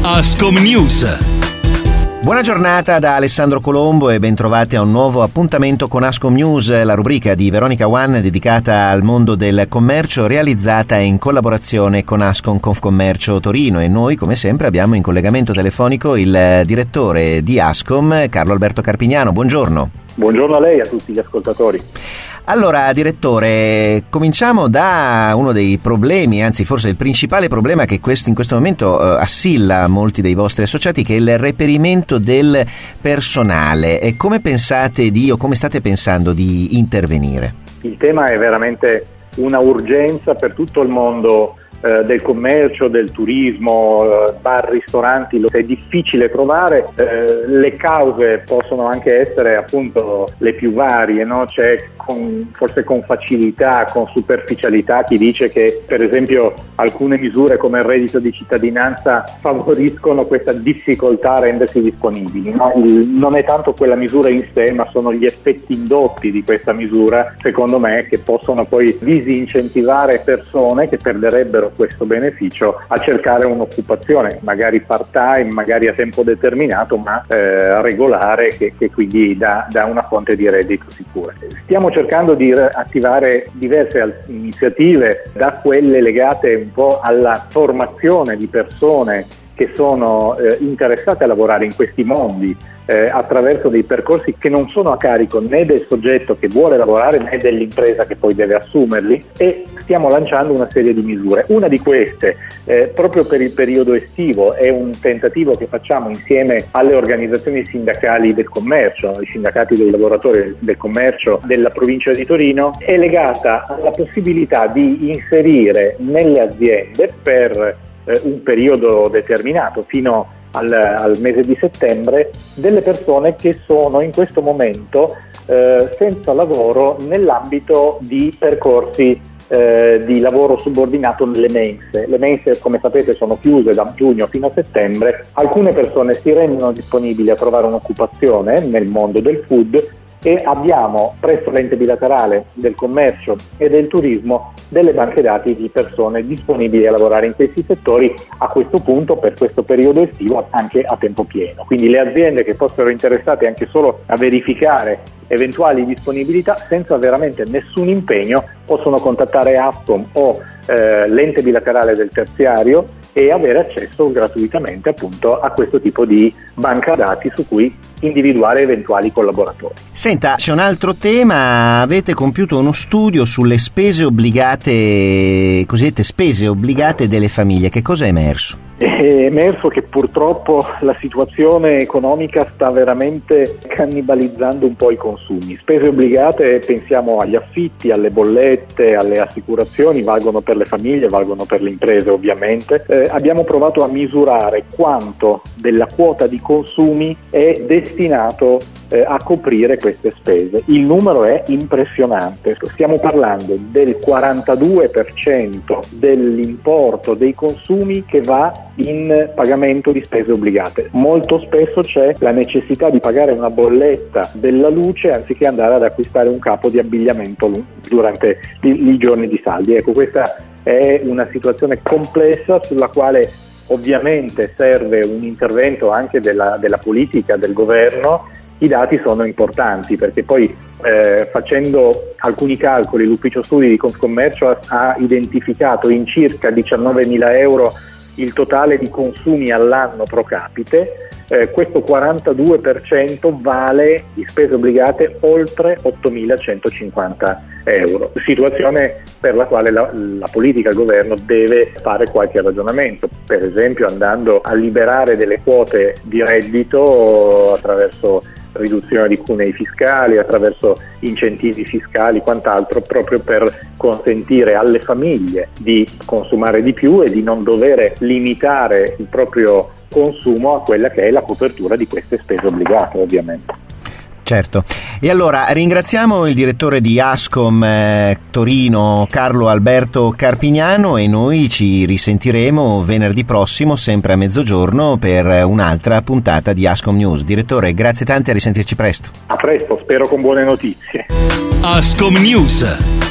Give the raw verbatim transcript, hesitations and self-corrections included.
Ascom News. Buona giornata da Alessandro Colombo e bentrovati a un nuovo appuntamento con Ascom News, la rubrica di Veronica One dedicata al mondo del commercio, realizzata in collaborazione con Ascom Confcommercio Torino. E noi, come sempre, abbiamo in collegamento telefonico il direttore di Ascom, Carlo Alberto Carpignano. Buongiorno. Buongiorno a lei e a tutti gli ascoltatori. Allora, direttore, cominciamo da uno dei problemi, anzi forse il principale problema che questo, in questo momento eh, assilla molti dei vostri associati, che è il reperimento del personale. E come pensate di, o come state pensando di intervenire? Il tema è veramente una urgenza per tutto il mondo eh, del commercio, del turismo, eh, bar, ristoranti. Lo è difficile trovare, eh, le cause possono anche essere appunto le più varie, no? C'è con, forse con facilità, con superficialità chi dice che per esempio alcune misure come il reddito di cittadinanza favoriscono questa difficoltà a rendersi disponibili, no? Il, non è tanto quella misura in sé, ma sono gli effetti indotti di questa misura, secondo me, che possono poi disincentivare persone che perderebbero questo beneficio a cercare un'occupazione, magari part-time, magari a tempo determinato, ma eh, regolare, che, che quindi dà, dà una fonte di reddito sicura. Stiamo cercando di attivare diverse iniziative, da quelle legate un po' alla formazione di persone che sono eh, interessate a lavorare in questi mondi eh, attraverso dei percorsi che non sono a carico né del soggetto che vuole lavorare né dell'impresa che poi deve assumerli, e stiamo lanciando una serie di misure. Una di queste, eh, proprio per il periodo estivo, è un tentativo che facciamo insieme alle organizzazioni sindacali del commercio, i sindacati dei lavoratori del commercio della provincia di Torino, è legata alla possibilità di inserire nelle aziende per un periodo determinato fino al, al mese di settembre delle persone che sono in questo momento eh, senza lavoro nell'ambito di percorsi eh, di lavoro subordinato nelle mense. Le mense, come sapete, sono chiuse da giugno fino a settembre. Alcune persone si rendono disponibili a trovare un'occupazione nel mondo del food e abbiamo presso l'ente bilaterale del commercio e del turismo delle banche dati di persone disponibili a lavorare in questi settori, a questo punto per questo periodo estivo anche a tempo pieno. Quindi le aziende che fossero interessate anche solo a verificare eventuali disponibilità senza veramente nessun impegno possono contattare Ascom o eh, l'ente bilaterale del terziario e avere accesso gratuitamente appunto a questo tipo di banca dati su cui individuare eventuali collaboratori. Senta, c'è un altro tema: avete compiuto uno studio sulle spese obbligate, cosiddette spese obbligate delle famiglie. Che cosa è emerso? È emerso che purtroppo la situazione economica sta veramente cannibalizzando un po' i consumi. Spese obbligate, pensiamo agli affitti, alle bollette, alle assicurazioni, valgono per le famiglie, valgono per le imprese ovviamente. Eh, abbiamo provato a misurare quanto della quota di consumi è destinato eh, a coprire queste spese. Il numero è impressionante, stiamo parlando del quarantadue per cento dell'importo dei consumi che va in pagamento di spese obbligate. Molto spesso c'è la necessità di pagare una bolletta della luce anziché andare ad acquistare un capo di abbigliamento durante i, i giorni di saldi. Ecco, questa è una situazione complessa sulla quale ovviamente serve un intervento anche della, della politica, del governo. I dati sono importanti perché poi eh, facendo alcuni calcoli l'ufficio studi di Confcommercio ha, ha identificato in circa diciannovemila euro il totale di consumi all'anno pro capite. Eh, questo quarantadue per cento vale di spese obbligate oltre ottomilacentocinquanta euro, situazione per la quale la, la politica, il governo deve fare qualche ragionamento, per esempio andando a liberare delle quote di reddito attraverso riduzione di cunei fiscali, attraverso incentivi fiscali, quant'altro, proprio per consentire alle famiglie di consumare di più e di non dover limitare il proprio consumo a quella che è la copertura di queste spese obbligate, ovviamente. Certo. E allora ringraziamo il direttore di Ascom eh, Torino, Carlo Alberto Carpignano, e noi ci risentiremo venerdì prossimo, sempre a mezzogiorno, per un'altra puntata di Ascom News. Direttore, grazie tante, a risentirci presto. A presto, spero con buone notizie. Ascom News.